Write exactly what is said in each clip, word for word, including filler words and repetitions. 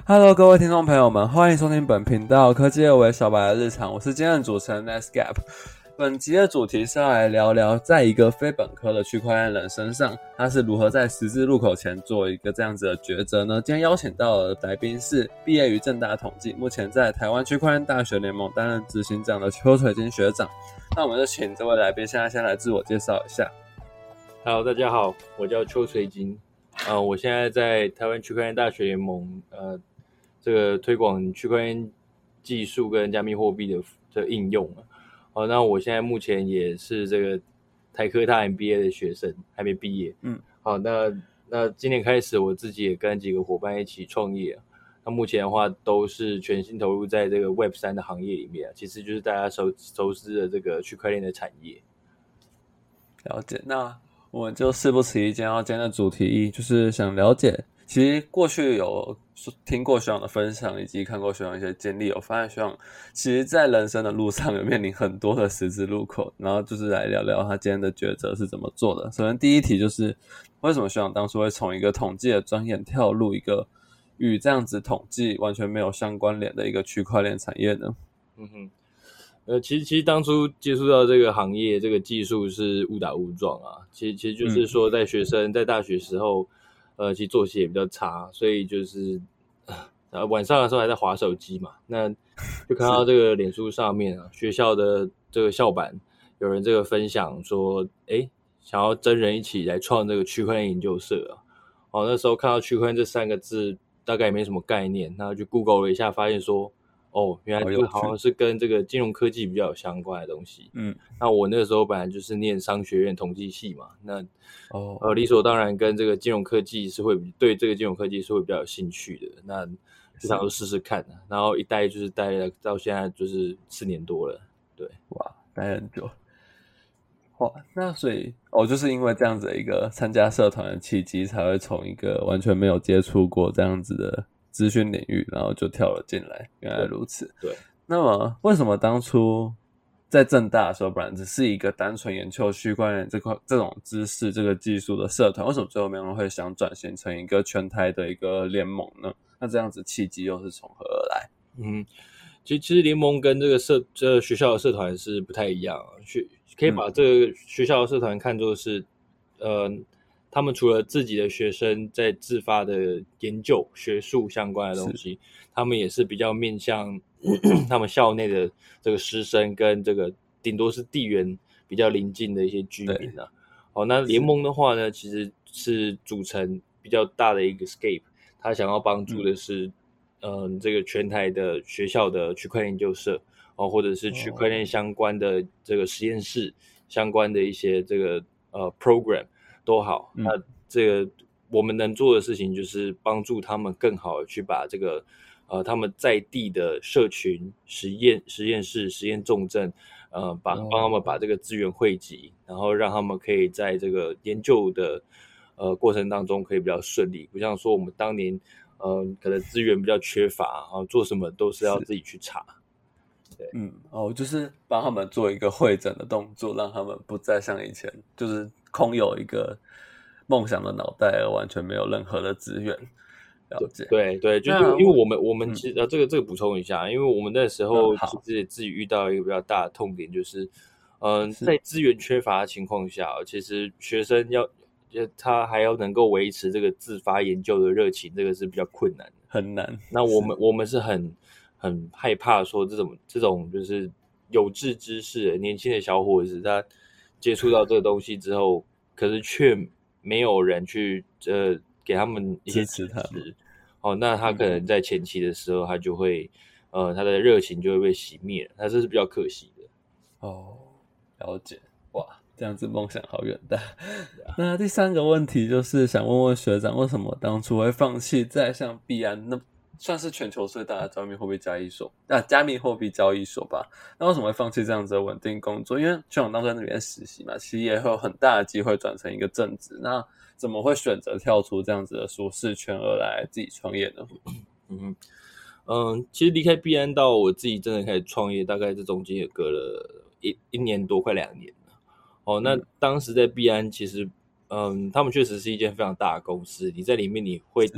Hello，各位听众朋友们，欢迎收听本频道科技二维小白的日常，我是今天的主持人 Netscape。本集的主题是要来聊聊，在一个非本科的区块链人身上，他是如何在十字路口前做一个这样子的抉择呢？今天邀请到的来宾是毕业于政大统计，目前在台湾区块链大学联盟担任执行长的邱垂金学长。那我们就请这位来宾现在先来自我介绍一下。 Hello， 大家好，我叫邱垂金，呃，我现在在台湾区块链大学联盟，呃，这个推广区块链技术跟加密货币的的应用啊。哦，那我现在目前也是这个台科大 M B A 的学生，还没毕业。嗯，好，那那今年开始，我自己也跟几个伙伴一起创业啊。那目前的话，都是全心投入在这个 Web 三 的行业里面啊，其实就是大家熟熟知的这个区块链的产业。 了解，那我们就事不迟疑，今天要今天的主题一就是想了解，其实过去有听过学长的分享，以及看过学长一些经历，有发现学长其实在人生的路上有面临很多的十字路口，然后就是来聊聊他今天的抉择是怎么做的。首先第一题就是为什么学长当初会从一个统计的专业跳入一个与这样子统计完全没有相关联的一个区块链产业呢？ 嗯哼。呃，其实其实当初接触到这个行业，这个技术是误打误撞啊。其实其实就是说，在学生、嗯、在大学时候，呃，其实作息也比较差，所以就是呃晚上的时候还在滑手机嘛，那就看到这个脸书上面啊，学校的这个校版有人这个分享说，哎，想要真人一起来创这个区块链研究社啊。哦，那时候看到区块链这三个字，大概也没什么概念，然后就 Google 了一下，发现说。哦，原来这个好像是跟这个金融科技比较有相关的东西。嗯，那我那个时候本来就是念商学院统计系嘛，那哦，呃，理所当然跟这个金融科技是会对这个金融科技是会比较有兴趣的。那就想说试试看，然后一待就是待了到现在就是四年多了。对， 哇，待很久。哇，那所以哦，就是因为这样子的一个参加社团的契机，才会从一个完全没有接触过这样子的资讯领域，然后就跳了进来。原来如此。 对。对， 那么为什么当初在政大的时候，本来只是一个单纯研究区块链这块这种知识、这个技术的社团，为什么最后没有人会想转型成一个全台的一个联盟呢？那这样子契机又是从何而来？ 嗯，其实其实联盟跟这个社这个学校的社团是不太一样，学可以把这个学校的社团看作是，呃。他们除了自己的学生在自发的研究学术相关的东西，他们也是比较面向他们校内的这个师生跟这个顶多是地缘比较邻近的一些居民啊。哦，那联盟的话呢，其实是组成比较大的一个 scape， 他想要帮助的是，嗯、呃，这个全台的学校的区块链研究社哦，或者是区块链相关的这个实验室、哦、相关的一些这个呃 program。都好，那这个我们能做的事情就是帮助他们更好的去把这个呃他们在地的社群实验实验室实验重症呃把帮他们把这个资源汇集，然后让他们可以在这个研究的呃过程当中可以比较顺利，不像说我们当年呃可能资源比较缺乏，然后做什么都是要自己去查。 对，嗯，哦，就是帮他们做一个汇整的动作，让他们不再像以前就是空有一个梦想的脑袋，而完全没有任何的资源。了解， 对对，就因为因为我们我们其实、嗯、呃这个这个补充一下，因为我们那时候其实自己遇到一个比较大的痛点，就是嗯、呃、在资源缺乏的情况下，其实学生要他还要能够维持这个自发研究的热情，这个是比较困难的， 很难。 那我们我们是很很害怕说这种这种就是有志之士的年轻的小伙子，他接触到这个东西之后，可是却没有人去呃给他们一些支持他们。哦，那他可能在前期的时候，他就会呃他的热情就会被熄灭了，他这是比较可惜的。 哦，了解，哇，这样子梦想好远大。那第三个问题就是想问问学长，为什么当初会放弃在像币安那算是全球最大的加密货币交易所啊，加密货币交易所吧？那为什么会放弃这样子的稳定工作？因为学长当初在那边实习嘛，其实也会有很大的机会转成一个正职。那怎么会选择跳出这样子的舒适圈而来自己创业呢？ 嗯嗯，其实离开币安到我自己真的开始创业，大概这中间也隔了一一年多，快两年了。哦，那当时在币安，其实嗯，他们确实是一间非常大的公司，你在里面你会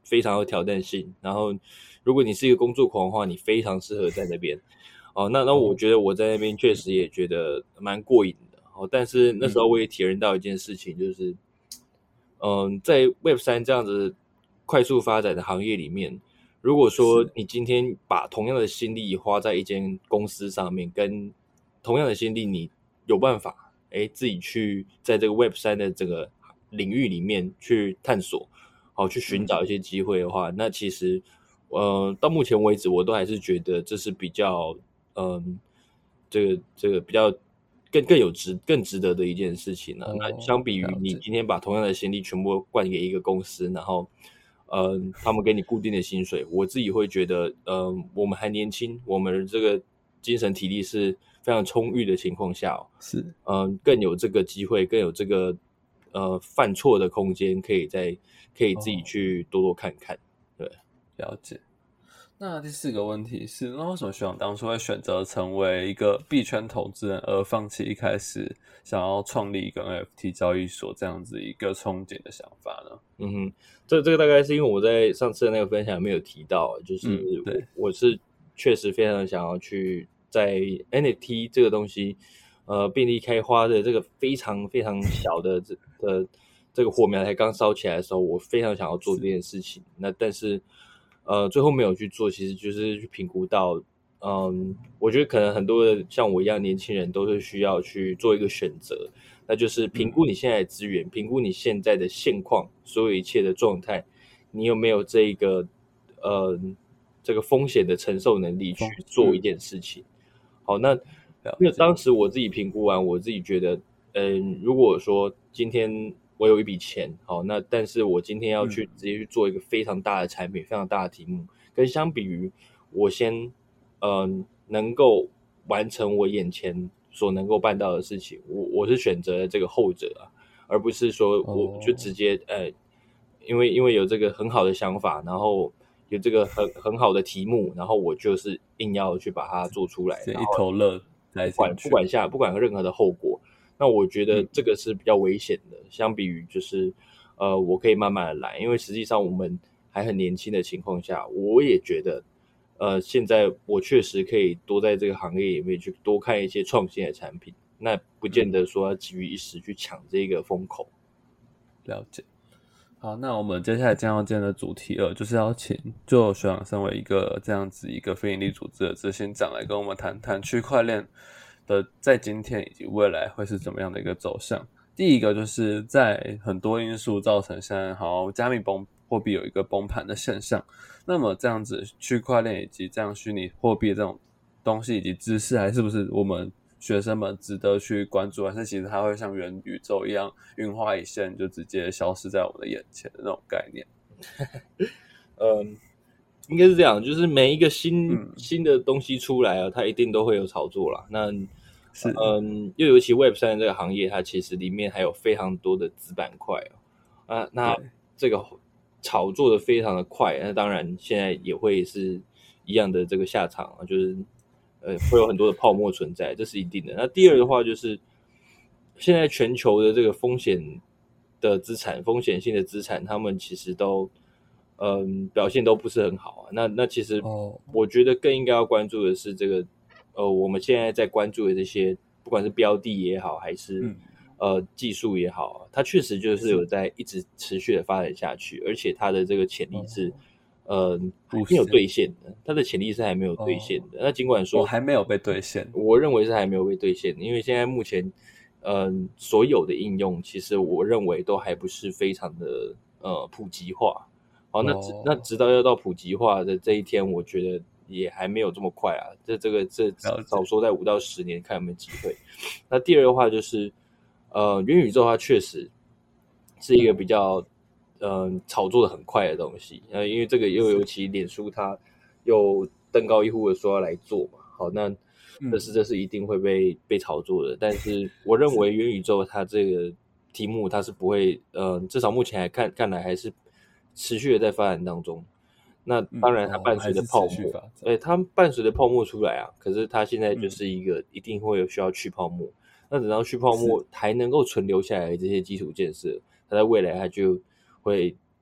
非常有挑战性，然后如果你是一个工作狂的话，你非常适合在那边。哦，那那我觉得我在那边确实也觉得蛮过瘾的。哦，但是那时候我也体验到一件事情，就是，嗯，在 Web 三 这样子快速发展的行业里面，如果说你今天把同样的心力花在一间公司上面，跟同样的心力你有办法，哎，自己去在这个 Web 三 的这个领域里面去探索，好，去寻找一些机会的话，那其实，呃，到目前为止，我都还是觉得这是比较。嗯，这个这个比较更更有值更值得的一件事情呢、啊。 哦， 那相比于你今天把同样的心力全部灌给一个公司，然后，呃，他们给你固定的薪水，我自己会觉得，呃，我们还年轻，我们这个精神体力是非常充裕的情况下、哦， 是， 嗯、呃，更有这个机会，更有这个呃犯错的空间，可以在可以自己去多多看看，对， 了解。那第四个问题是，那为什么学长当初会选择成为一个币圈投资人，而放弃一开始想要创立一个 N F T 交易所这样子一个憧憬的想法呢？ 嗯哼，这这个大概是因为我在上次的那个分享没有提到，就是嗯， 我、 对， 我是确实非常想要去在 N F T 这个东西，呃，遍地开花的这个非常非常小的这的这个火苗才刚烧起来的时候，我非常想要做这件事情。那但是呃，最后没有去做，其实就是去评估到，嗯，我觉得可能很多的像我一样年轻人都是需要去做一个选择。那就是评估你现在的资源，评估你现在的现况，所有一切的状态，你有没有这一个呃这个风险的承受能力去做一件事情？好，那因为当时我自己评估完，我自己觉得，嗯，如果说今天我有一笔钱，好，那但是我今天要去直接去做一个非常大的产品，非常大的题目，跟相比于我先嗯、呃、能够完成我眼前所能够办到的事情，我我是选择了这个后者啊，而不是说我就直接呃，因为因为有这个很好的想法，然后有这个很很好的题目，然后我就是硬要去把它做出来，然一头热不管不管下不管任何的后果，那我觉得这个是比较危险的，相比于就是呃，我可以慢慢的来，因为实际上我们还很年轻的情况下，我也觉得。呃，现在我确实可以多在这个行业里面去多看一些创新的产品，那不见得说要急于一时去抢这个风口。 了解。好，那我们接下来将要见的主题二，就是要请就学长身为一个这样子一个非营利组织的执行长来跟我们谈谈区块链的在今天以及未来会是怎么样的一个走向。第一个就是在很多因素造成现在好像加密崩货币有一个崩盘的现象，那么这样子区块链以及这样虚拟货币这种东西以及知识，还是不是我们学生们值得去关注，还是其实它会像元宇宙一样云花一现就直接消失在我们的眼前的那种概念？ 嗯，应该是这样，就是每一个新、 嗯、 新的东西出来啊，它一定都会有炒作啦。那是， 嗯，又尤其 Web 三这个行业，它其实里面还有非常多的子板块啊，啊那这个炒作的非常的快，那当然现在也会是一样的这个下场啊，就是呃会有很多的泡沫存在，这是一定的。那第二的话就是现在全球的这个风险的资产、风险性的资产，他们其实都嗯表现都不是很好啊。那那其实我觉得更应该要关注的是这个呃我们现在在关注的这些，不管是标的也好，还是、嗯、呃技术也好，它确实就是有在一直持续的发展下去，而且它的这个潜力是。呃，还没有兑现的，它的潜力是还没有兑现的。哦、那尽管说、 哦、还没有被兑现， 我认为是还没有被兑现的，因为现在目前，嗯、呃，所有的应用其实我认为都还不是非常的呃普及化。好，那、哦、那直到要到普及化的这一天，我觉得也还没有这么快啊。这这个这少说在五到十年，看有没有机会。那第二的话就是，呃，元宇宙它确实是一个比较。嗯，炒作的很快的东西，呃，因为这个又尤其脸书它又登高一呼的说要来做嘛，好，那这是这是一定会被被炒作的。但是我认为元宇宙它这个题目它是不会，呃，至少目前来看看来还是持续的在发展当中。那当然它伴随着泡沫，嗯哦、对，它伴随着泡沫出来啊，可是它现在就是一个、嗯、一定会有需要去泡沫。那等到去泡沫还能够存留下来的这些基础建设，它在未来它就。会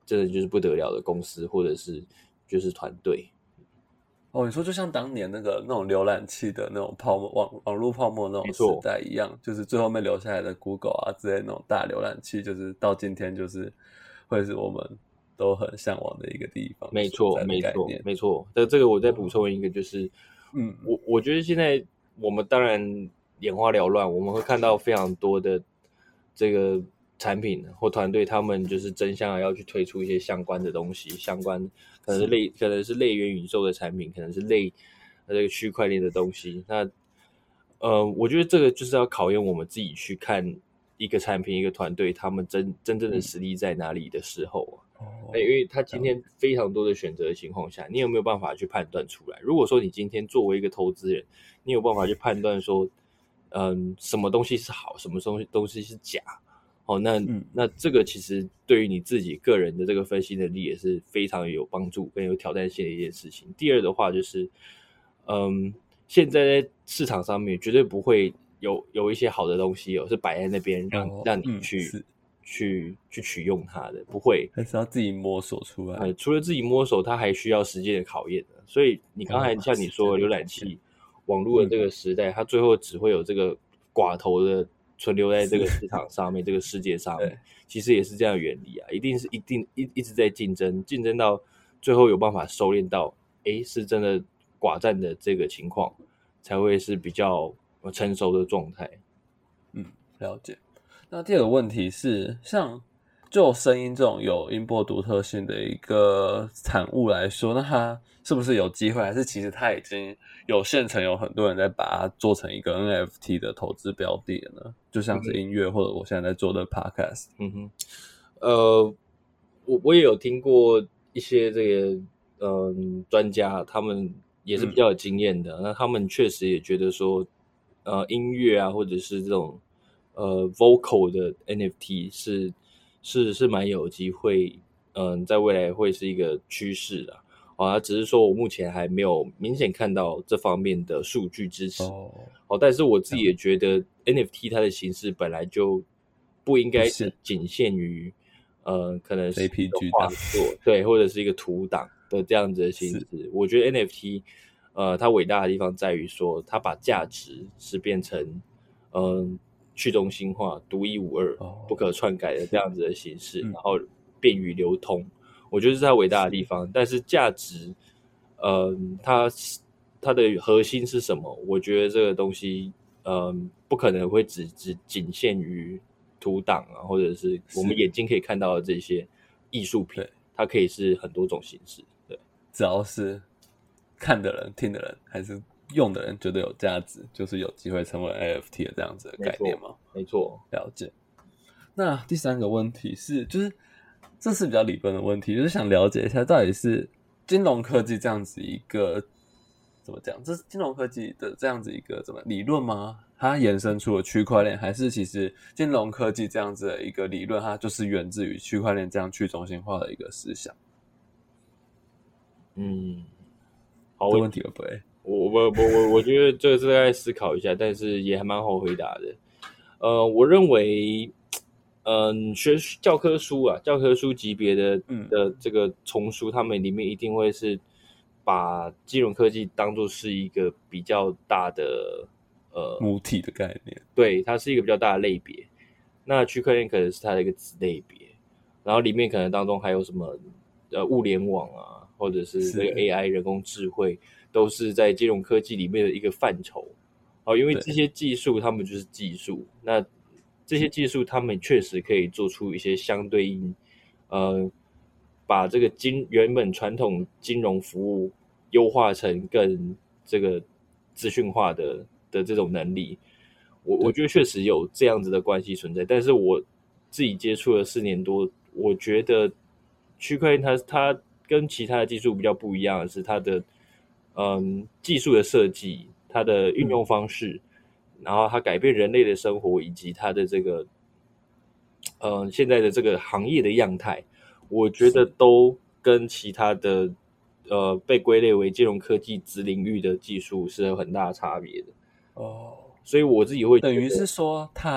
真的就是不得了的公司或者是就是团队。 哦，你说就像当年那个那种浏览器的那种泡沫网网络泡沫那种时代一样，就是最后面留下来的 Google 啊之类那种大浏览器，就是到今天就是会是我们都很向往的一个地方。 没错，没错，没错。这这个我再补充一个，就是，嗯，我我觉得现在我们当然眼花缭乱，我们会看到非常多的这个产品或团队，他们就是争相要去推出一些相关的东西，相关可能是类可能是类元宇宙的产品，可能是类这个区块链的东西。那呃，我觉得这个就是要考验我们自己去看一个产品、一个团队，他们真真正的实力在哪里的时候啊。哦，因为他今天非常多的选择的情况下，你有没有办法去判断出来？如果说你今天作为一个投资人，你有办法去判断说，嗯，什么东西是好，什么东西东西是假？哦，那、嗯、那这个其实对于你自己个人的这个分析能力也是非常有帮助跟有挑战性的一件事情。第二的话就是，嗯，现在在市场上面绝对不会有有一些好的东西哦，是摆在那边让、哦、让你去。嗯去去取用它的，不会， 还是要自己摸索出来。 呃，除了自己摸索，它还需要时间的考验的。所以你刚才像你说，浏览器、网络的这个时代，它最后只会有这个寡头的存留在这个市场上面，这个世界上面，其实也是这样的原理啊，一定是一定一一直在竞争，竞争到最后有办法收敛到，诶，是真的寡占的这个情况，才会是比较成熟的状态。 嗯，了解。那第二个问题是，像就声音这种有音波独特性的一个产物来说，那它是不是有机会，还是其实它已经有现成有很多人在把它做成一个 N F T 的投资标的了呢？就像是音乐、嗯、或者我现在在做的 Podcast。 嗯哼，呃，我我也有听过一些这个嗯专家，他们也是比较有经验的，嗯、那他们确实也觉得说，呃，音乐啊，或者是这种。呃 vocal 的 N F T 是是是蛮有机会，嗯，在未来会是一个趋势的啊，只是说我目前还没有明显看到这方面的数据支持哦，哦但是我自己也觉得 N F T 它的形式本来就不应该是仅限于呃可能是一个画作对，或者是一个图档的这样子的形式。我觉得 N F T 呃它伟大的地方在于说，它把价值是变成嗯。呃去中心化、独一无二、不可篡改的这样子的形式，然后便于流通，我觉得是它伟大的地方。但是价值，呃，它它的核心是什么？我觉得这个东西，呃，不可能会只只仅限于图档啊，或者是我们眼睛可以看到的这些艺术品，它可以是很多种形式。对， 只要是看的人、听的人，还是。用的人觉得有价值，就是有机会成为 N F T 的这样子的概念吗？ 没错， 了解。那第三个问题是，就是这是比较理论的问题，就是想了解一下，到底是金融科技这样子一个怎么讲？这是金融科技的这样子一个怎么理论吗？它衍生出了区块链，还是其实金融科技这样子的一个理论，它就是源自于区块链这样去中心化的一个思想？ 嗯，好， 这问题会不会？ 我我我我我觉得这个是在思考一下，但是也还蛮好回答的。呃，我认为，嗯、呃，学教科书啊，教科书级别的的这个丛书，他们里面一定会是把金融科技当作是一个比较大的呃母体的概念， 对，它是一个比较大的类别。那区块链可能是它的一个子类别，然后里面可能当中还有什么呃物联网啊，或者是这个 A I 人工智慧。都是在金融科技里面的一个范畴，哦，因为这些技术他们就是技术，那这些技术他们确实可以做出一些相对应，呃，把这个金原本传统金融服务优化成更这个资讯化的的这种能力，我我觉得确实有这样子的关系存在，但是我自己接触了四年多，我觉得区块链它它跟其他的技术比较不一样的是它的。嗯，技术的设计，它的运用方式，嗯、然后它改变人类的生活，以及它的这个，呃，现在的这个行业的样态，我觉得都跟其他的呃被归类为金融科技子领域的技术是有很大的差别的。 哦， 所以我自己会等于是说，它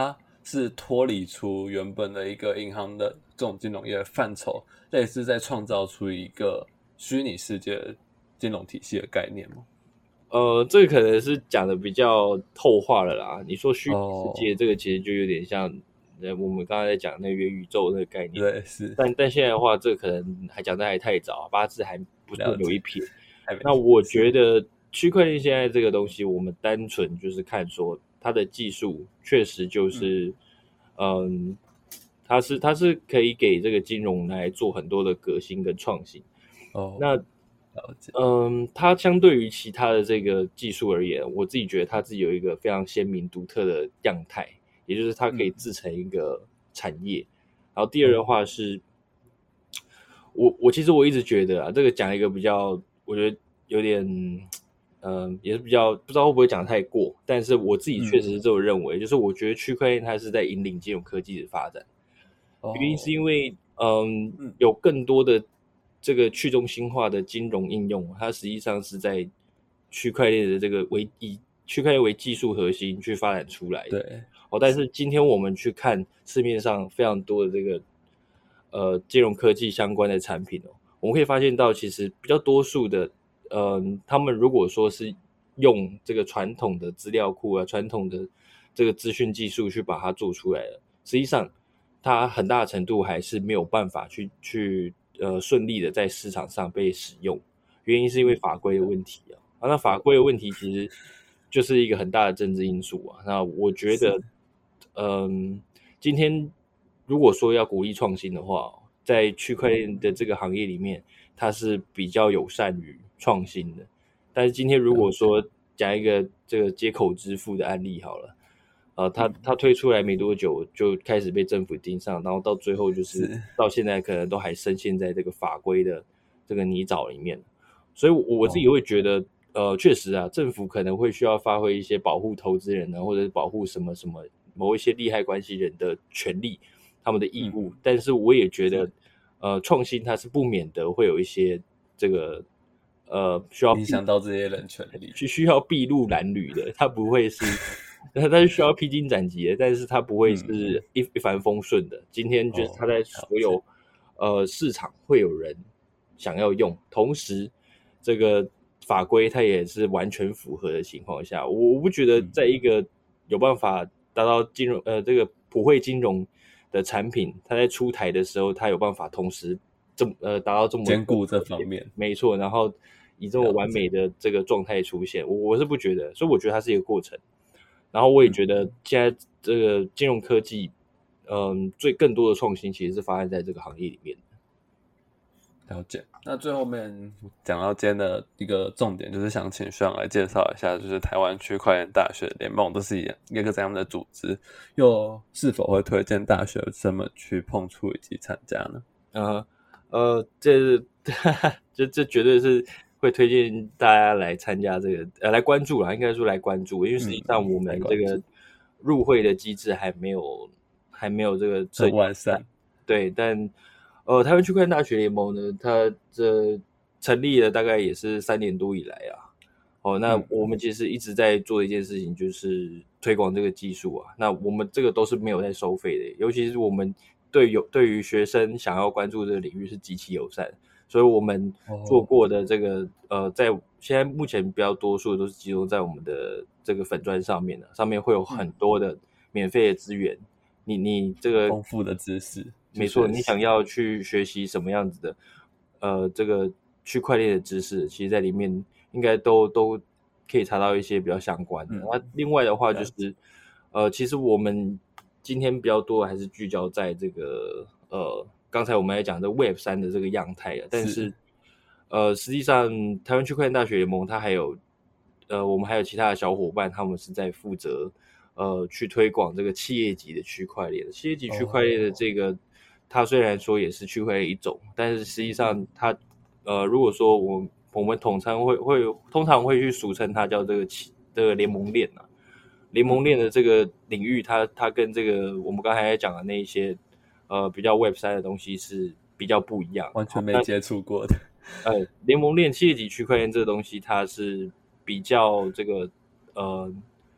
是脱离出原本的一个银行的这种金融业的范畴，类似在创造出一个虚拟世界的金融体系的概念吗？ 呃，这个可能是讲的比较透化了啦。你说虚拟世界， 哦， 这个其实就有点像呃我们刚才在讲那个元宇宙那个概念。 对，是但但现在的话，这个可能还讲的还太早，八字还不是了解， 有一撇。 还没那我是觉得区块链现在这个东西，我们单纯就是看说它的技术确实就是，嗯，它是它是可以给这个金融来做很多的革新跟创新。 哦， 那了解， 嗯，它相对于其他的这个技术而言，我自己觉得它自己有一个非常鲜明独特的样态，也就是它可以嗯， 制成一个产业。然后第二的哦， 话是，我我其实我一直觉得啊，这个讲一个比较，我觉得有点，嗯、也是比较不知道会不会讲太过，但是我自己确嗯， 实是这么认为，就是我觉得区块链它是在引领金融科技的发展。原因是因哦， 为，嗯， 嗯， 有更多的这个去中心化的金融应用，它实际上是在区块链的这个为以区块链为技术核心去发展出来的。 对， 哦，但是今天我们去看市面上非常多的这个呃金融科技相关的产品哦，我们可以发现到，其实比较多数的，嗯、他们如果说是用这个传统的资料库啊、传统的这个资讯技术去把它做出来了，实际上它很大程度还是没有办法去去呃顺利的在市场上被使用，原因是因为嗯， 法规的问题啊。啊，那法规的问题其实就是一个很大的政治因素啊。那我觉是， 得，嗯，今天如果说要鼓励创新的话，在区块链的这个行业里面，它是比较友善于创新的。但是今天如了解， 果说讲一个这个接口支付的案例好了，呃，它嗯， 它推出来没多久就开始被政府盯上，然后到最后就是是， 到现在可能都还深陷在这个法规的这个泥沼里面。所以我，我自己哦， 会觉得，呃，确实啊，政府可能会需要发挥一些保护投资人呢，或者是保护什么什么某一些利害关系人的权利，他们的义嗯， 务。但是，我也觉是得，呃，创新它是不免得会有一些这个呃需要影避响到这些人权利， 需需要筚路蓝缕的，它不会是，它它是需要披荆斩棘的，但是它不会嗯， 是一一帆风顺的。今天就是它哦， 在了解， 所有呃市场会有人想要用，同时这个法规它也是完全符合的情况下，我我不觉得嗯， 在一个有办法达到金融呃这个普惠金融的产品，它在出台的时候，它有办法同时这么呃达到这么多兼顾这条件， 方面， 没错，然后以这么了解， 完美的这个状态出现，我我是不觉得，所以我觉得它是一个过程。然后我也嗯， 觉得现在这个金融科技，嗯，最更多的创新其实是发生在这个行业里面。 了解。那最后面讲到今天的一个重点，就是想请学长来介绍一下，就是台湾区块链大学联盟都是一个怎样的组织，又是否会推荐大学生们去碰触以及参加呢？ 呃呃，这这这绝对是会推荐大家来参加这个呃来关注啦，应该说来关注，因为实际嗯， 上我来们这个关注， 入会的机制还没有还没有这个设很计完善， 对，但呃，台湾区块链大学联盟呢，它这成立了大概也是三年多以来啊。哦，那嗯， 我们其实一直在做一件事情，就是推广这个技术啊。那我们这个都是没有在收费的，尤其是我们对有对于学生想要关注这个领域是极其友善，所以我们做哦， 过的这个呃，在现在目前比较多数都是集中在我们的这个粉砖上面的，上面会有很嗯， 多的免费的资源。你你这个丰富的知识去没错， 学习， 你想要去学习什么样子的，呃，这个区块链的知识，其实在里面应该都都可以查到一些比较相关的。 嗯， 那另外的话就了解， 是，呃，其实我们今天比较多还是聚焦在这个呃，刚才我们来讲的 Web 三的这个样态啊，但是， 是呃，实际上台湾区块链大学联盟它还有呃，我们还有其他的小伙伴，他们是在负责。呃，去推广这个企业级的区块链。企业级区块链的哦， 这个，它虽然说也是区块链一种，但是实际嗯， 上它，呃，如果说我我们统称会会通常会去俗称它叫这个企这个联盟链啊。联盟嗯， 链的这个领域，它它跟这个我们刚才在讲的那一些呃比较 Web 三的东西是比较不一样的。 完全好，那没接触过的， 呃，联盟链企业级区块链这个东西，它是比较这个呃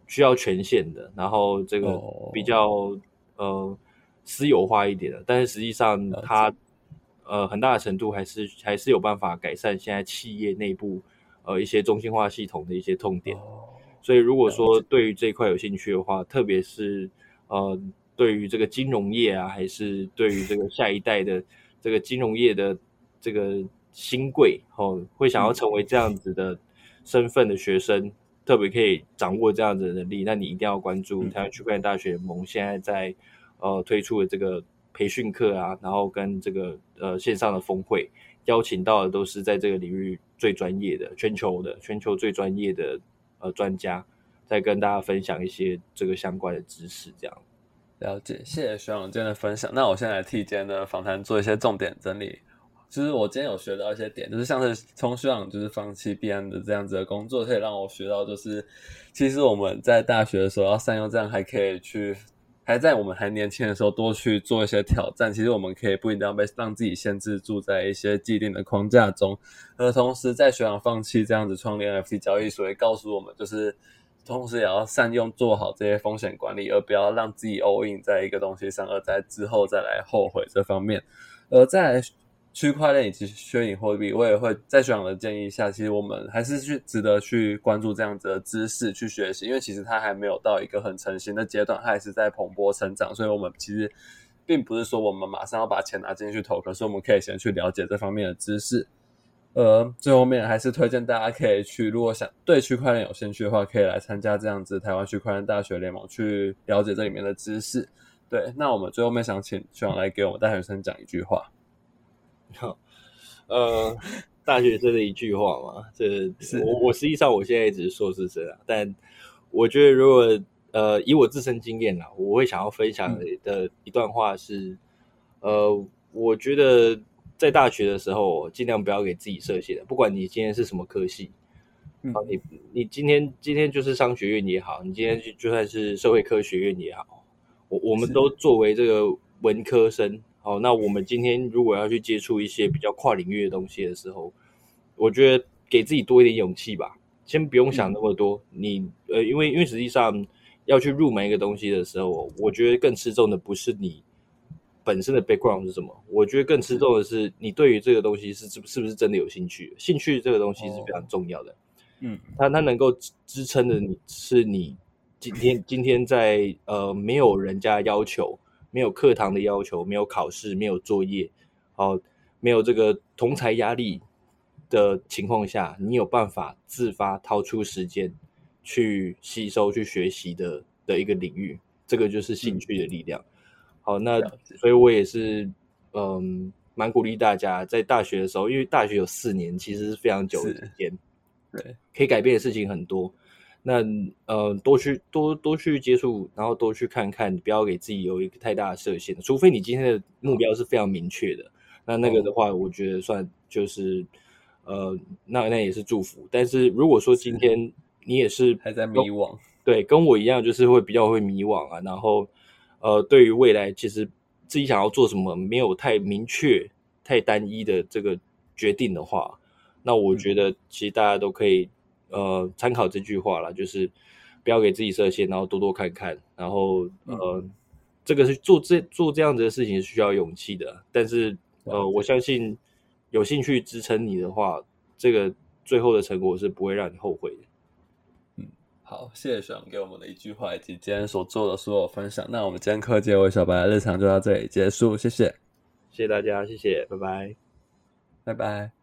需要权限的，然后这个比较、 哦、 呃私有化一点的，但是实际上它呃很大的程度还是还是有办法改善现在企业内部呃一些中心化系统的一些痛点。 哦、 所以如果说对于这一块有兴趣的话，特别是呃对于这个金融业啊，还是对于这个下一代的这个金融业的这个新贵哦，会想要成为这样子的身份的学生，特别可以掌握这样子的能力，那你一定要关注台湾区块链大学联盟现在在呃推出的这个培训课啊，然后跟这个呃线上的峰会，邀请到的都是在这个领域最专业的全球的全球最专业的呃专家，在跟大家分享一些这个相关的知识，这样。 了解，谢谢学长今天的分享。那我现在来替今天的访谈做一些重点整理。就是我今天有学到一些点，就是像是从学长就是放弃币安的这样子的工作，可以让我学到，就是其实我们在大学的时候要善用这样，还可以去，还在我们还年轻的时候多去做一些挑战。其实我们可以不一定要被让自己限制住在一些既定的框架中，而同时在学长放弃这样子创立 N F T 交易所，也告诉我们就是。同时也要善用做好这些风险管理，而不要让自己 all in 在一个东西上，而在之后再来后悔这方面。而在区块链以及虚拟货币，我也会在学长的建议下，其实我们还是去值得去关注这样子的知识去学习，因为其实它还没有到一个很成型的阶段，它还是在蓬勃成长，所以我们其实并不是说我们马上要把钱拿进去投，可是我们可以先去了解这方面的知识。呃，最后面还是推荐大家可以去，如果想对区块链有兴趣的话，可以来参加这样子台湾区块链大学联盟，去了解这里面的知识。对，那我们最后面想请学长来给我们大学生讲一句话。 呃，大学生的一句话嘛，这我我实际上我现在也只是硕士生啊，但我觉得如果呃以我自身经验啦，我会想要分享的一段话是，嗯、呃，我觉得。在大学的时候，尽量不要给自己设限的。不管你今天是什么科系，嗯、啊，你你今天今天就是商学院也好，你今天就算是社会科学院也好，我我们都作为这个文科生，好，那我们今天如果要去接触一些比较跨领域的东西的时候，我觉得给自己多一点勇气吧，先不用想那么多。嗯、你呃，因为因为实际上要去入门一个东西的时候，我觉得更吃重的不是你。本身的 background 是什么？我觉得更吃重的是你对于这个东西是是不是真的有兴趣？兴趣这个东西是非常重要的。嗯，它它能够支撑的你是你今天今天在呃没有人家要求、没有课堂的要求、没有考试、没有作业，哦，没有这个同侪压力的情况下，你有办法自发掏出时间去吸收、去学习的的一个领域，这个就是兴趣的力量。嗯好，那所以我也是，嗯，蛮鼓励大家在大学的时候，因为大学有四年，其实是非常久的时间， 对， 可以改变的事情很多。那呃，多去多多去接触，然后多去看看，不要给自己有一个太大的设限。除非你今天的目标是非常明确的，那那个的话，我觉得算就是呃，那那也是祝福。但是如果说今天你也是还在迷惘， 对，跟我一样，就是会比较会迷惘啊，然后。呃，对于未来，其实自己想要做什么没有太明确、太单一的这个决定的话，那我觉得其实大家都可以呃参考这句话啦，就是不要给自己设限，然后多多看看，然后呃，嗯、这个是做这做这样子的事情是需要勇气的，但是呃，我相信有兴趣支撑你的话，这个最后的成果是不会让你后悔的。 好，谢谢学长给我们的一句话以及今天所做的所有分享。那我们今天科技微小白的日常就到这里结束，谢谢， 谢谢大家，谢谢，拜拜， 拜拜。